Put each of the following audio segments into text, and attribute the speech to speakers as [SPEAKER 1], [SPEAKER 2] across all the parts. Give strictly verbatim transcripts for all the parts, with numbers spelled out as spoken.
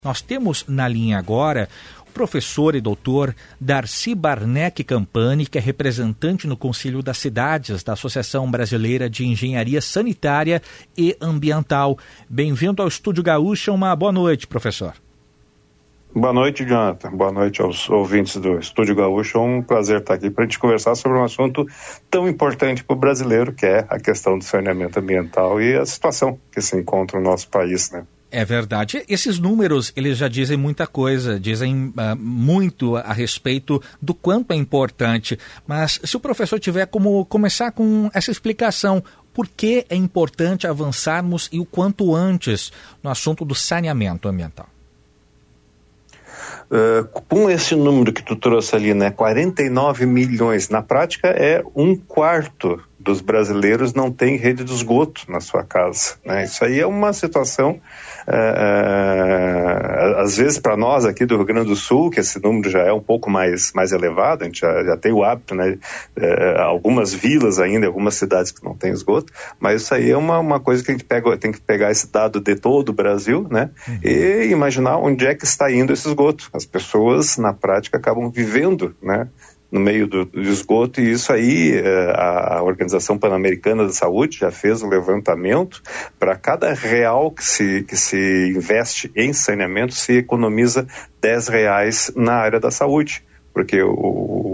[SPEAKER 1] Nós temos na linha agora o professor e doutor Darcy Barneck Campani, que é representante no Conselho das Cidades da Associação Brasileira de Engenharia Sanitária e Ambiental. Bem-vindo ao Estúdio Gaúcha, uma boa noite, professor.
[SPEAKER 2] Boa noite, Jonathan. Boa noite aos ouvintes do Estúdio Gaúcha. É um prazer estar aqui para a gente conversar sobre um assunto tão importante para o brasileiro, que é a questão do saneamento ambiental e a situação que se encontra no nosso país, né?
[SPEAKER 1] É verdade. Esses números, eles já dizem muita coisa, dizem uh, muito a respeito do quanto é importante. Mas se o professor tiver como começar com essa explicação, por que é importante avançarmos e o quanto antes no assunto do saneamento ambiental?
[SPEAKER 2] Uh, com esse número que tu trouxe ali, né, quarenta e nove milhões, na prática é um quarto dos brasileiros não tem rede de esgoto na sua casa, né? Isso aí é uma situação, uh, uh, às vezes para nós aqui do Rio Grande do Sul, que esse número já é um pouco mais, mais elevado, a gente já, já tem o hábito, né? Uh, algumas vilas ainda, algumas cidades que não têm esgoto, mas isso aí é uma, uma coisa que a gente pega, tem que pegar esse dado de todo o Brasil, né? Uhum. E imaginar onde é que está indo esse esgoto. As pessoas, na prática, acabam vivendo, né, no meio do, do esgoto, e isso aí a, a Organização Pan-Americana da Saúde já fez um levantamento. Para cada real que se, que se investe em saneamento, se economiza dez reais na área da saúde, porque o,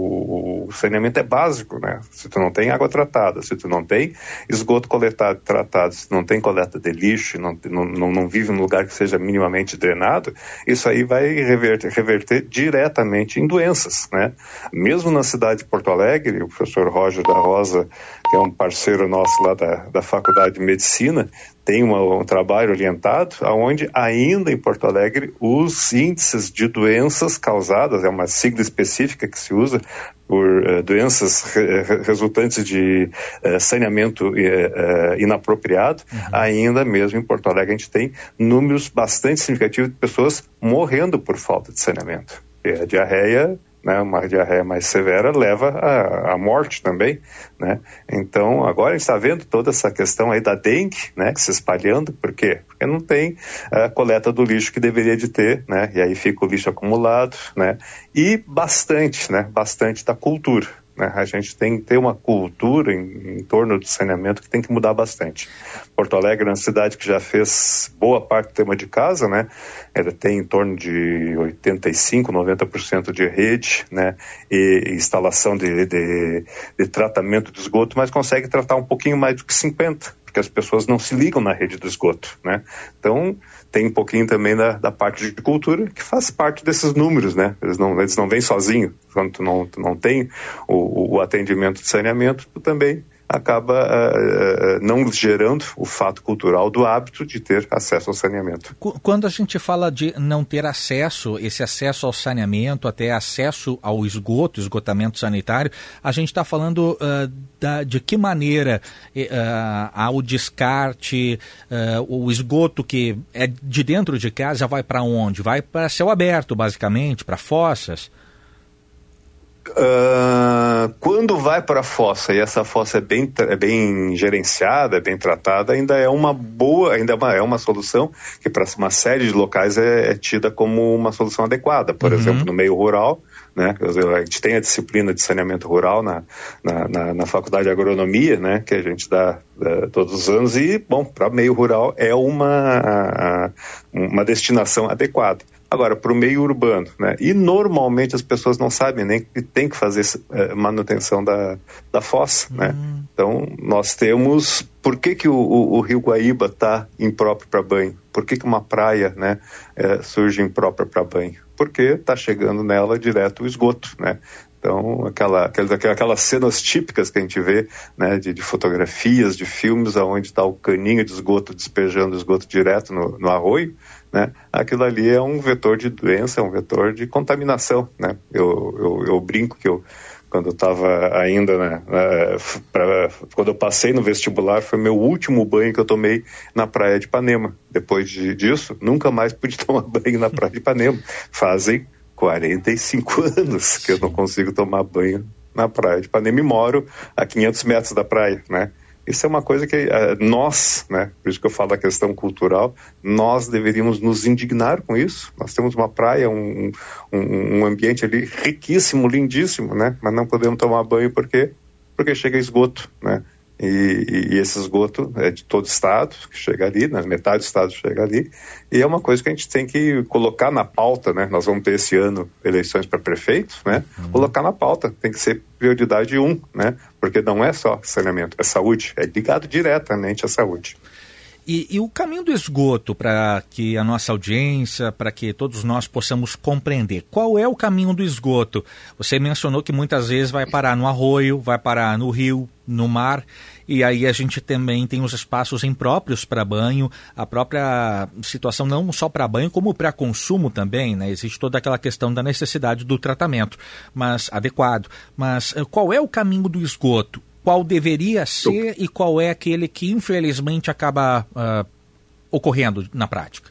[SPEAKER 2] o, o saneamento é básico, né? Se tu não tem água tratada, se tu não tem esgoto coletado, tratado, se tu não tem coleta de lixo, não, não, não vive num lugar que seja minimamente drenado, isso aí vai reverter, reverter diretamente em doenças, né? Mesmo na cidade de Porto Alegre, o professor Roger da Rosa, que é um parceiro nosso lá da, da Faculdade de Medicina, tem uma, um trabalho orientado, onde ainda em Porto Alegre os índices de doenças causadas, é uma sigla específica que se usa por uh, doenças re, resultantes de uh, saneamento uh, uh, inapropriado, uhum. Ainda mesmo em Porto Alegre a gente tem números bastante significativos de pessoas morrendo por falta de saneamento. E a diarreia, né, uma diarreia mais severa leva à, à morte também, né? Então agora a gente está vendo toda essa questão aí da dengue, né, se espalhando. Por quê? Porque não tem a coleta do lixo que deveria de ter, né? E aí fica o lixo acumulado, né? E bastante, né, bastante da cultura. A gente tem que ter uma cultura em, em torno do saneamento que tem que mudar bastante. Porto Alegre é uma cidade que já fez boa parte do tema de casa, né? Ela tem em torno de oitenta e cinco, noventa por cento de rede, né? E instalação de, de, de tratamento de esgoto, mas consegue tratar um pouquinho mais do que cinquenta por cento. Porque as pessoas não se ligam na rede do esgoto, né? Então, tem um pouquinho também da, da parte de cultura, que faz parte desses números, né? Eles não, eles não vêm sozinhos. Quando tu não, tu não tem o, o atendimento de saneamento, tu também acaba uh, uh, não gerando o fato cultural do hábito de ter acesso ao saneamento.
[SPEAKER 1] Quando a gente fala de não ter acesso, esse acesso ao saneamento, até acesso ao esgoto, esgotamento sanitário, a gente está falando uh, da, de que maneira uh, há o descarte, uh, o esgoto que é de dentro de casa vai para onde? Vai para céu aberto, basicamente, para fossas?
[SPEAKER 2] Uh, quando vai para a fossa e essa fossa é bem, é bem gerenciada, é bem tratada, ainda é uma boa, ainda é uma, é uma solução que para uma série de locais é, é tida como uma solução adequada. Por uhum. exemplo, no meio rural, né, a gente tem a disciplina de saneamento rural na, na, na, na Faculdade de Agronomia, né, que a gente dá uh, todos os anos, e, bom, para meio rural é uma, uma destinação adequada. Agora, para o meio urbano, né? E normalmente as pessoas não sabem nem que tem que fazer uh, manutenção da, da fossa, uhum. né? Então, nós temos... Por que que o, o, o Rio Guaíba está impróprio para banho? Por que que uma praia, né, uh, surge imprópria para banho? Porque está chegando nela direto o esgoto, né? Então, aquela, aquelas, aquelas cenas típicas que a gente vê, né, de, de fotografias, de filmes, onde está o caninho de esgoto despejando esgoto direto no, no arroio, né? Aquilo ali é um vetor de doença, é um vetor de contaminação, né? Eu, eu, eu brinco que eu, quando eu estava ainda, né, pra, quando eu passei no vestibular, foi meu último banho que eu tomei na praia de Ipanema. Depois de, disso, nunca mais pude tomar banho na praia de Ipanema. Fazem quarenta e cinco anos que eu não consigo tomar banho na praia de Ipanema e moro a quinhentos metros da praia, né? Isso é uma coisa que uh, nós, né, por isso que eu falo da questão cultural, nós deveríamos nos indignar com isso. Nós temos uma praia, um, um, um ambiente ali riquíssimo, lindíssimo, né, mas não podemos tomar banho porque, porque chega esgoto, né, e, e esse esgoto é de todo o estado, que chega ali, né, metade do estado chega ali, e é uma coisa que a gente tem que colocar na pauta, né, nós vamos ter esse ano eleições para prefeito, né, uhum. colocar na pauta, tem que ser prioridade um, né, porque não é só saneamento, é saúde, é ligado diretamente à saúde.
[SPEAKER 1] E, e o caminho do esgoto, para que a nossa audiência, para que todos nós possamos compreender, qual é o caminho do esgoto? Você mencionou que muitas vezes vai parar no arroio, vai parar no rio, no mar, e aí a gente também tem os espaços impróprios para banho, a própria situação não só para banho, como para consumo também, né? Existe toda aquela questão da necessidade do tratamento mas adequado. Mas qual é o caminho do esgoto? Qual deveria ser e qual é aquele que infelizmente acaba uh, ocorrendo na prática?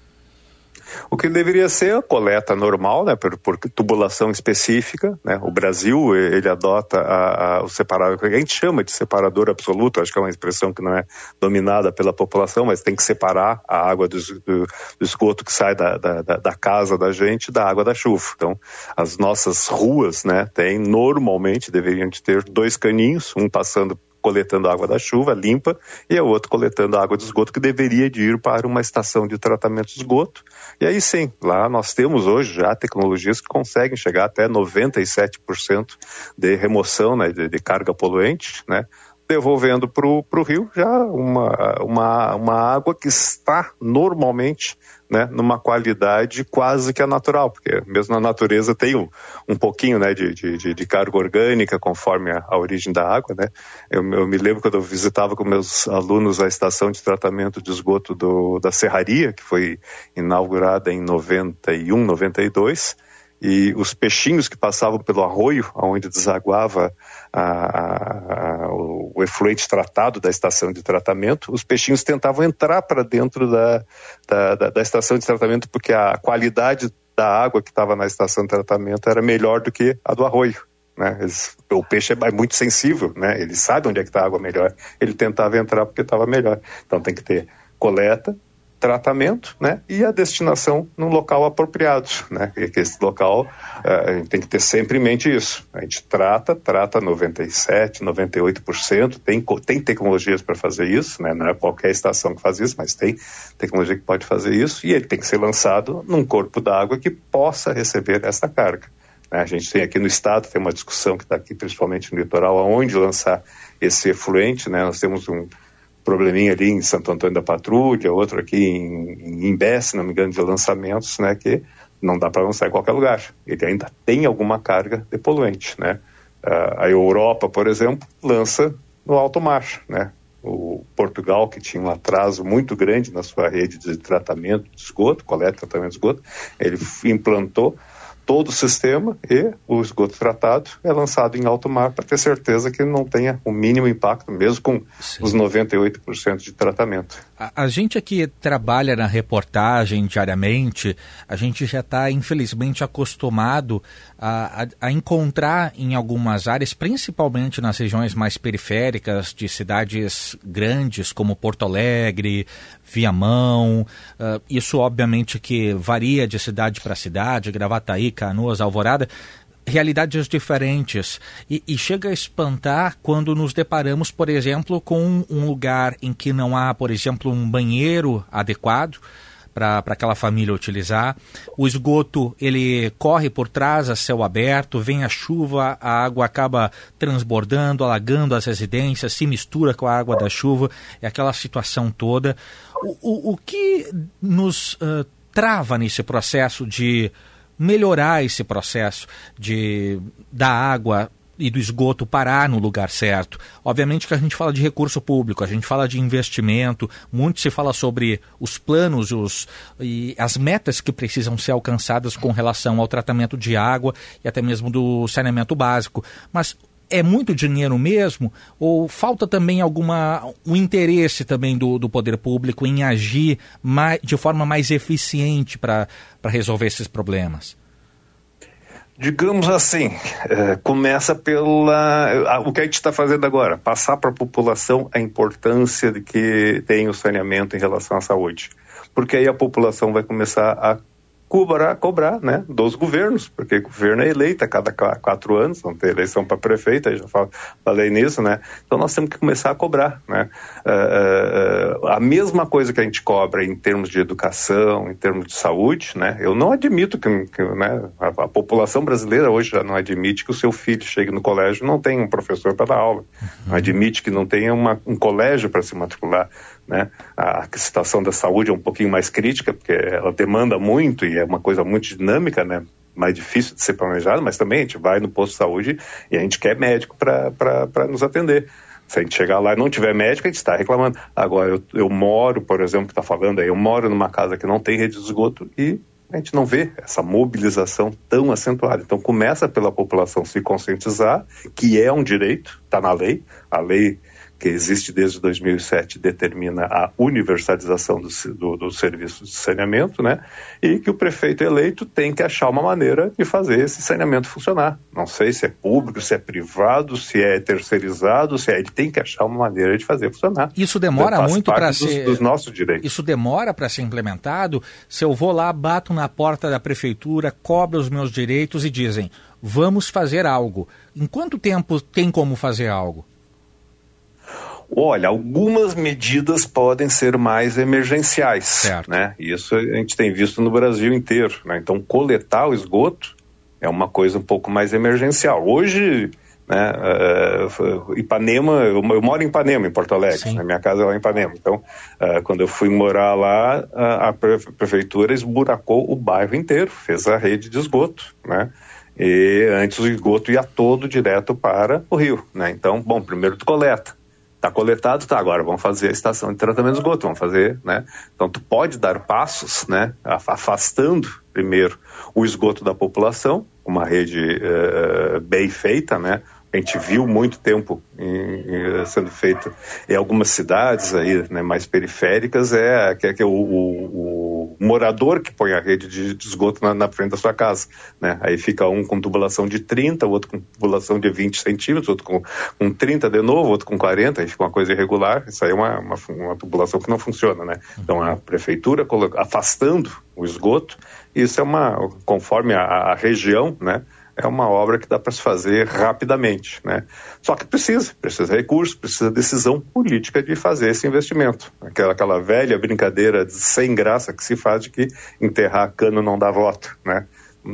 [SPEAKER 2] O que deveria ser a coleta normal, né, por, por tubulação específica, né? O Brasil, ele adota a, a, o separador, que a gente chama de separador absoluto, acho que é uma expressão que não é dominada pela população, mas tem que separar a água do, do, do esgoto que sai da, da, da casa da gente da água da chuva. Então, as nossas ruas, né, tem, normalmente deveriam de ter dois caninhos, um passando coletando água da chuva limpa e o outro coletando água de esgoto que deveria de ir para uma estação de tratamento de esgoto. E aí sim, lá nós temos hoje já tecnologias que conseguem chegar até noventa e sete por cento de remoção, né, de, de carga poluente, né, devolvendo para o rio já uma, uma, uma água que está normalmente, né, numa qualidade quase que a natural, porque mesmo na natureza tem um, um pouquinho, né, de, de, de carga orgânica conforme a, a origem da água, né. Eu, eu me lembro quando eu visitava com meus alunos a estação de tratamento de esgoto do, da Serraria, que foi inaugurada em noventa e um, noventa e dois, e os peixinhos que passavam pelo arroio, onde desaguava a, a, a, o, o efluente tratado da estação de tratamento, os peixinhos tentavam entrar para dentro da, da, da, da estação de tratamento porque a qualidade da água que estava na estação de tratamento era melhor do que a do arroio, né? Eles, o peixe é muito sensível, né? Ele sabe onde é que está a água melhor, ele tentava entrar porque estava melhor. Então tem que ter coleta, tratamento, né, e a destinação num local apropriado, né, e que esse local, uh, a gente tem que ter sempre em mente isso. A gente trata, trata noventa e sete, noventa e oito por cento, tem, tem tecnologias para fazer isso, né, não é qualquer estação que faz isso, mas tem tecnologia que pode fazer isso, e ele tem que ser lançado num corpo d'água que possa receber essa carga. Né. A gente tem aqui no estado, tem uma discussão que está aqui, principalmente no litoral, aonde lançar esse efluente, né, nós temos um probleminha ali em Santo Antônio da Patrulha, outro aqui em, em Imbé, se não me engano, de lançamentos, né, que não dá para lançar em qualquer lugar. Ele ainda tem alguma carga de poluente, né. Uh, a Europa, por exemplo, lança no alto mar, né. O Portugal, que tinha um atraso muito grande na sua rede de tratamento de esgoto, coleta e tratamento de esgoto, ele implantou todo o sistema e o esgoto tratado é lançado em alto mar para ter certeza que não tenha o mínimo impacto, mesmo com Sim. os noventa e oito por cento de tratamento.
[SPEAKER 1] A, a gente aqui trabalha na reportagem diariamente, a gente já está infelizmente acostumado a, a, a encontrar em algumas áreas, principalmente nas regiões mais periféricas de cidades grandes como Porto Alegre, Viamão, uh, isso obviamente que varia de cidade para cidade, Gravataí, Canoas, Alvorada, realidades diferentes e, e chega a espantar quando nos deparamos, por exemplo, com um lugar em que não há, por exemplo, um banheiro adequado para aquela família utilizar. O esgoto, ele corre por trás a céu aberto, vem a chuva, a água acaba transbordando, alagando as residências, se mistura com a água da chuva, é aquela situação toda. O, o, o que nos uh, trava nesse processo de melhorar esse processo de da água e do esgoto parar no lugar certo? Obviamente que a gente fala de recurso público, a gente fala de investimento, muito se fala sobre os planos os, e as metas que precisam ser alcançadas com relação ao tratamento de água e até mesmo do saneamento básico, mas é muito dinheiro mesmo ou falta também alguma um interesse também do, do poder público em agir mais, de forma mais eficiente para para resolver esses problemas?
[SPEAKER 2] Digamos assim, é, começa pela... O que a gente está fazendo agora? Passar para a população a importância de que tem o saneamento em relação à saúde. Porque aí a população vai começar a cobrar, cobrar né, dos governos, porque o governo é eleito a cada quatro anos, vamos ter eleição para prefeito, aí já falei nisso, né? Então nós temos que começar a cobrar, né? Uh, uh, a mesma coisa que a gente cobra em termos de educação, em termos de saúde, né? Eu não admito que, que né, a, a população brasileira hoje já não admite que o seu filho chegue no colégio e não tenha um professor para dar aula, uhum. Não admite que não tenha uma, um colégio para se matricular. Né? A situação da saúde é um pouquinho mais crítica, porque ela demanda muito e é uma coisa muito dinâmica, né? Mais difícil de ser planejada, mas também a gente vai no posto de saúde e a gente quer médico para nos atender. Se a gente chegar lá e não tiver médico, a gente está reclamando. Agora, eu, eu moro, por exemplo, que está falando aí, eu moro numa casa que não tem rede de esgoto e a gente não vê essa mobilização tão acentuada. Então, começa pela população se conscientizar, que é um direito, está na lei, a lei que existe desde dois mil e sete, determina a universalização do, do, do serviço de saneamento, né? E que o prefeito eleito tem que achar uma maneira de fazer esse saneamento funcionar. Não sei se é público, se é privado, se é terceirizado, se é... Ele tem que achar uma maneira de fazer funcionar.
[SPEAKER 1] Isso demora muito para ser...
[SPEAKER 2] dos nossos direitos.
[SPEAKER 1] Isso demora para ser implementado? Se eu vou lá, bato na porta da prefeitura, cobro os meus direitos e dizem, vamos fazer algo. Em quanto tempo tem como fazer algo?
[SPEAKER 2] Olha, algumas medidas podem ser mais emergenciais, certo. Né? Isso a gente tem visto no Brasil inteiro, né? Então, coletar o esgoto é uma coisa um pouco mais emergencial. Hoje, né, uh, Ipanema, eu, eu moro em Ipanema, em Porto Alegre, né? Minha casa é lá em Ipanema. Então, uh, quando eu fui morar lá, a, a prefeitura esburacou o bairro inteiro, fez a rede de esgoto, né? E antes o esgoto ia todo direto para o rio, né? Então, bom, primeiro tu coleta. Está coletado, tá, agora vamos fazer a estação de tratamento de esgoto, vamos fazer, né? Então tu pode dar passos, né, afastando primeiro o esgoto da população, uma rede uh, bem feita, né? A gente viu muito tempo em, em, sendo feito em algumas cidades aí, né, mais periféricas, é que é, que é o, o, o morador que põe a rede de, de esgoto na, na frente da sua casa, né? Aí fica um com tubulação de trinta, o outro com tubulação de vinte centímetros, outro com, com trinta de novo, outro com quarenta, aí fica uma coisa irregular. Isso aí é uma, uma, uma tubulação que não funciona, né? Então a prefeitura coloca, afastando o esgoto, isso é uma, conforme a, a região, né? É uma obra que dá para se fazer rapidamente, né? Só que precisa, precisa de recurso, precisa de decisão política de fazer esse investimento. Aquela, aquela velha brincadeira de sem graça que se faz de que enterrar cano não dá voto, né?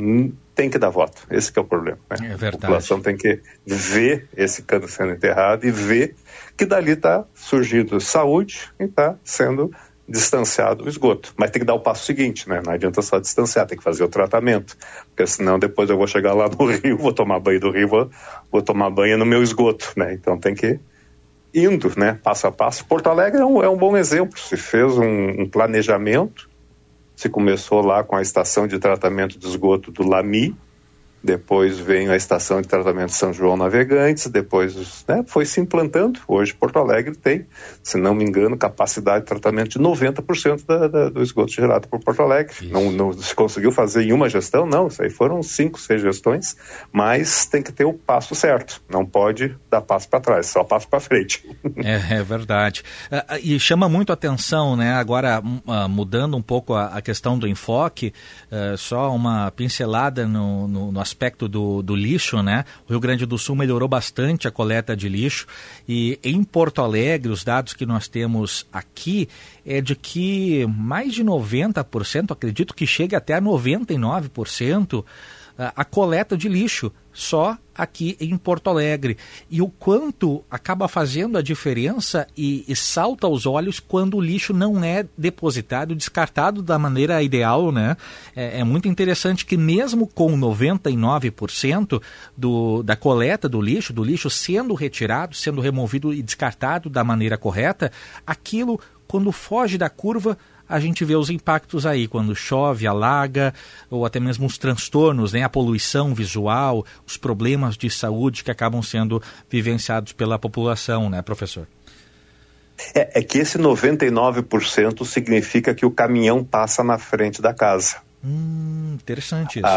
[SPEAKER 2] Tem que dar voto, esse que é o problema, né?
[SPEAKER 1] É verdade.
[SPEAKER 2] A população tem que ver esse cano sendo enterrado e ver que dali está surgindo saúde e está sendo distanciado o esgoto, mas tem que dar o passo seguinte, né? Não adianta só distanciar, tem que fazer o tratamento, porque senão depois eu vou chegar lá no rio, vou tomar banho do rio, vou, vou tomar banho no meu esgoto, né? Então tem que ir indo, né? Passo a passo. Porto Alegre é um, é um bom exemplo, se fez um, um planejamento, se começou lá com a estação de tratamento de esgoto do Lami, depois veio a estação de tratamento São João Navegantes, depois, né, foi se implantando. Hoje Porto Alegre tem, se não me engano, capacidade de tratamento de noventa por cento da, da, do esgoto gerado por Porto Alegre. Não, não se conseguiu fazer em uma gestão, não, isso aí foram cinco, seis gestões, mas tem que ter o passo certo, não pode dar passo para trás, só passo para frente.
[SPEAKER 1] É, é verdade. Uh, e chama muito a atenção, né, agora uh, mudando um pouco a, a questão do enfoque, uh, só uma pincelada no, no, no aspecto do, do lixo, né? O Rio Grande do Sul melhorou bastante a coleta de lixo e em Porto Alegre, os dados que nós temos aqui é de que mais de noventa por cento, acredito que chegue até a noventa e nove por cento a coleta de lixo só aqui em Porto Alegre. E o quanto acaba fazendo a diferença e, e salta aos olhos quando o lixo não é depositado, descartado da maneira ideal, né? É, é muito interessante que mesmo com noventa e nove por cento do, da coleta do lixo, do lixo sendo retirado, sendo removido e descartado da maneira correta, aquilo, quando foge da curva, a gente vê os impactos aí, quando chove, alaga, ou até mesmo os transtornos, né? A poluição visual, os problemas de saúde que acabam sendo vivenciados pela população, né, professor?
[SPEAKER 2] É, é que esse noventa e nove por cento significa que o caminhão passa na frente da casa,
[SPEAKER 1] Hum, interessante isso.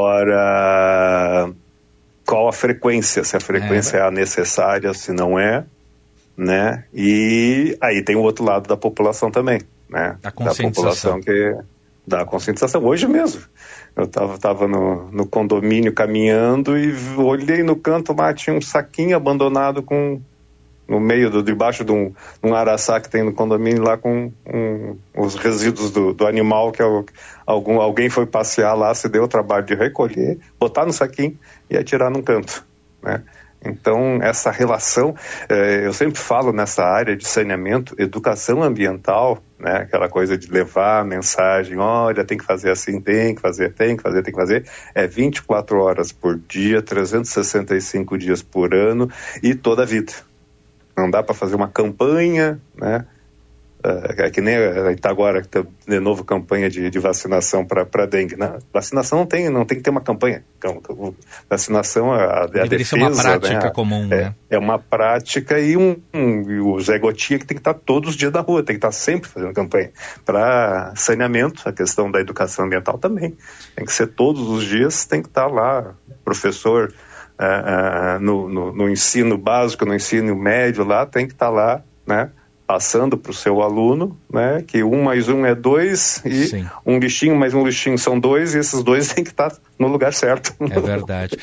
[SPEAKER 2] Agora, qual a frequência? Se a frequência é, é a necessária, se não é, né? E aí tem o outro lado da população também, né?
[SPEAKER 1] A conscientização.
[SPEAKER 2] Da população que da conscientização. Hoje mesmo, eu estava tava no, no condomínio caminhando e olhei no canto lá, tinha um saquinho abandonado com no meio, do, debaixo de um, um araçá que tem no condomínio lá com um, os resíduos do, do animal que é, algum, alguém foi passear lá, se deu o trabalho de recolher, botar no saquinho e atirar num canto, né? Então, essa relação, eh, eu sempre falo nessa área de saneamento, educação ambiental, né, aquela coisa de levar a mensagem, olha, tem que fazer assim, tem que fazer, tem que fazer, tem que fazer, é vinte e quatro horas por dia, trezentos e sessenta e cinco dias por ano e toda a vida. Não dá para fazer uma campanha, né? É que nem está agora de novo campanha de, de vacinação para dengue. Não, vacinação não tem, não tem que ter uma campanha. Vacinação é a, é a defesa.
[SPEAKER 1] Ser uma prática, né? Comum,
[SPEAKER 2] é,
[SPEAKER 1] né?
[SPEAKER 2] É uma prática e, um, um, e o Zé Gotinha que tem que estar todos os dias na rua, tem que estar sempre fazendo campanha. Para saneamento, a questão da educação ambiental também. Tem que ser todos os dias, tem que estar lá, professor uh, uh, no, no, no ensino básico, no ensino médio lá, tem que estar lá, né? Passando para o seu aluno, né, que um mais um é dois e Sim. um lixinho mais um lixinho são dois e esses dois têm que estar no lugar certo.
[SPEAKER 1] É verdade.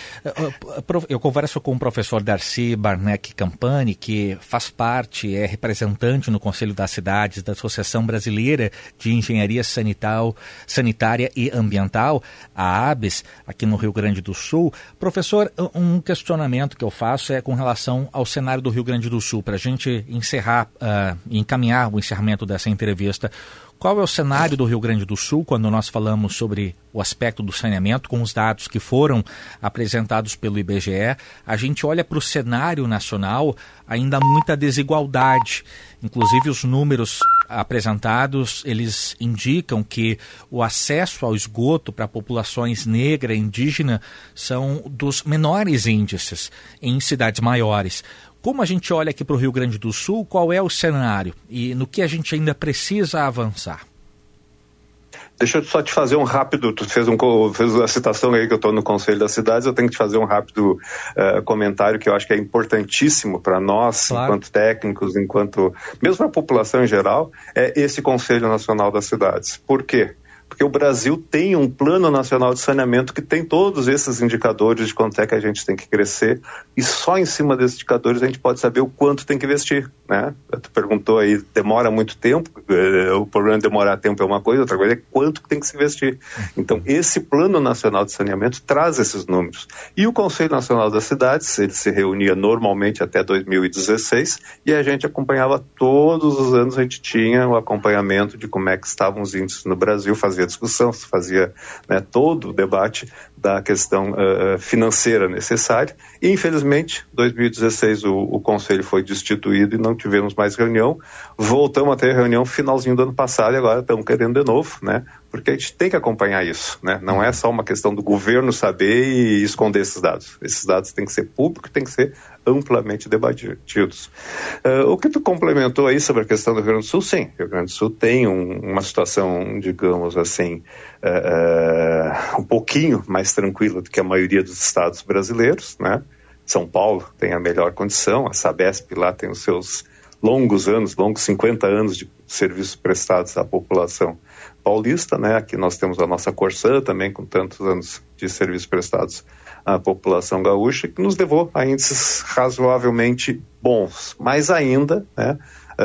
[SPEAKER 1] Eu converso com o professor Darcy Barneck Campani, que faz parte, é representante no Conselho das Cidades da Associação Brasileira de Engenharia Sanital, Sanitária e Ambiental, a ABES, aqui no Rio Grande do Sul. Professor, um questionamento que eu faço é com relação ao cenário do Rio Grande do Sul, para a gente encerrar uh, e encaminhar o encerramento dessa entrevista. Qual é o cenário do Rio Grande do Sul quando nós falamos sobre o aspecto do saneamento, com os dados que foram apresentados pelo I B G E? A gente olha para o cenário nacional, ainda há muita desigualdade. Inclusive os números apresentados, eles indicam que o acesso ao esgoto para populações negra e indígena são dos menores índices em cidades maiores. Como a gente olha aqui para o Rio Grande do Sul, qual é o cenário e no que a gente ainda precisa avançar?
[SPEAKER 2] Deixa eu só te fazer um rápido, tu fez, um, fez a citação aí que eu estou no Conselho das Cidades, eu tenho que te fazer um rápido uh, comentário que eu acho que é importantíssimo para nós, claro. Enquanto técnicos, enquanto, mesmo para a população em geral, é esse Conselho Nacional das Cidades. Por quê? Porque o Brasil tem um plano nacional de saneamento que tem todos esses indicadores de quanto é que a gente tem que crescer e só em cima desses indicadores a gente pode saber o quanto tem que investir, né? Tu perguntou aí, demora muito tempo, o problema de demorar tempo é uma coisa, outra coisa é quanto tem que se investir. Então, esse plano nacional de saneamento traz esses números. E o Conselho Nacional das Cidades, ele se reunia normalmente até dois mil e dezesseis e a gente acompanhava todos os anos, a gente tinha o acompanhamento de como é que estavam os índices no Brasil, fazia discussão, se fazia, né, todo o debate da questão uh, financeira necessária e infelizmente em dois mil e dezesseis o, o Conselho foi destituído e não tivemos mais reunião, voltamos a ter reunião finalzinho do ano passado e agora estamos querendo de novo, né, porque a gente tem que acompanhar isso, né, não é só uma questão do governo saber e esconder esses dados, esses dados têm que ser públicos, têm que ser amplamente debatidos. Uh, o que tu complementou aí sobre a questão do Rio Grande do Sul, sim, o Rio Grande do Sul tem um, uma situação, digamos assim, uh, uh, um pouquinho mais tranquila do que a maioria dos estados brasileiros, né? São Paulo tem a melhor condição, a Sabesp lá tem os seus longos anos, longos cinquenta anos de serviços prestados à população paulista, né? Aqui nós temos a nossa Corsã também com tantos anos de serviços prestados à população gaúcha, que nos levou a índices razoavelmente bons, mas ainda, né,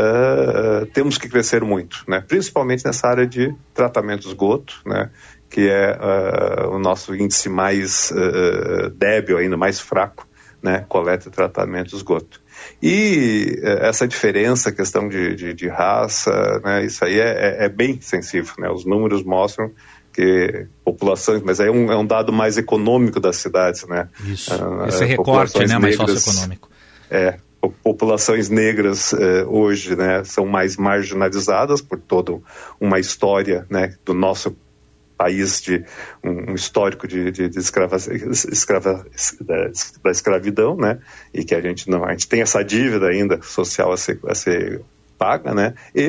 [SPEAKER 2] uh, temos que crescer muito, né, principalmente nessa área de tratamento de esgoto, né, que é uh, o nosso índice mais uh, débil, ainda mais fraco, né, coleta e tratamento de esgoto. E uh, essa diferença, questão de, de, de raça, né, isso aí é, é, é bem sensível, né, os números mostram que populações, mas aí é um, é um dado mais econômico das cidades, né?
[SPEAKER 1] Isso, uh, esse recorte, né, mais socioeconômico. É,
[SPEAKER 2] populações negras uh, hoje, né, são mais marginalizadas por toda uma história, né, do nosso país, de um, um histórico de, de, de escrava, escrava, da, da escravidão, né, e que a gente não, a gente tem essa dívida ainda social a ser, a ser paga, né, e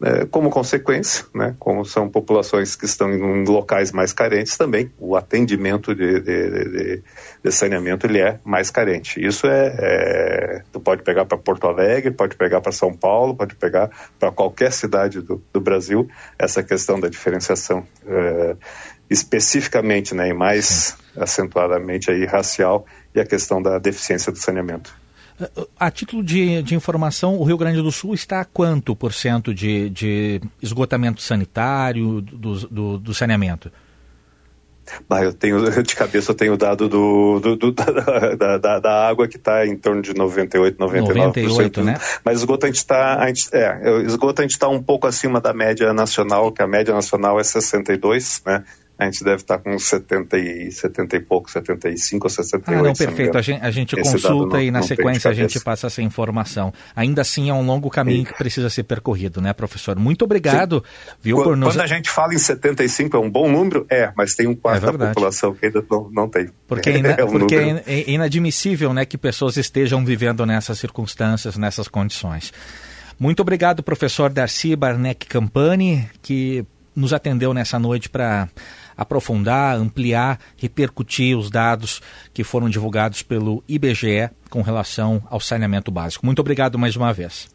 [SPEAKER 2] É, como consequência, né, como são populações que estão em locais mais carentes também, o atendimento de, de, de, de saneamento ele é mais carente. Isso é, é tu pode pegar para Porto Alegre, pode pegar para São Paulo, pode pegar para qualquer cidade do, do Brasil, essa questão da diferenciação é, especificamente, né, e mais acentuadamente aí racial, e a questão da deficiência do saneamento.
[SPEAKER 1] A título de, de informação, o Rio Grande do Sul está a quanto por cento de, de esgotamento sanitário, do, do, do saneamento?
[SPEAKER 2] Bah, eu tenho, de cabeça eu tenho o dado do, do, do, da, da, da água que está em torno de noventa e oito, noventa e nove por cento. noventa e oito, né? Mas esgoto a gente está é, esgoto a gente está um pouco acima da média nacional, que a média nacional é sessenta e dois, né? A gente deve estar com setenta e, setenta e pouco, setenta e cinco ou sessenta e oito.
[SPEAKER 1] Ah, não, perfeito. A gente, a gente consulta e na sequência a gente passa essa informação. Ainda assim é um longo caminho que precisa ser percorrido, né, professor? Muito obrigado. Viu,
[SPEAKER 2] quando,
[SPEAKER 1] por nos...
[SPEAKER 2] quando a gente fala em setenta e cinco é um bom número, é, mas tem um quarto é da população que ainda não, não tem.
[SPEAKER 1] Porque, é, ina... é um porque é inadmissível, né, que pessoas estejam vivendo nessas circunstâncias, nessas condições. Muito obrigado, professor Darcy Barneck Campani, que nos atendeu nessa noite para aprofundar, ampliar, repercutir os dados que foram divulgados pelo I B G E com relação ao saneamento básico. Muito obrigado mais uma vez.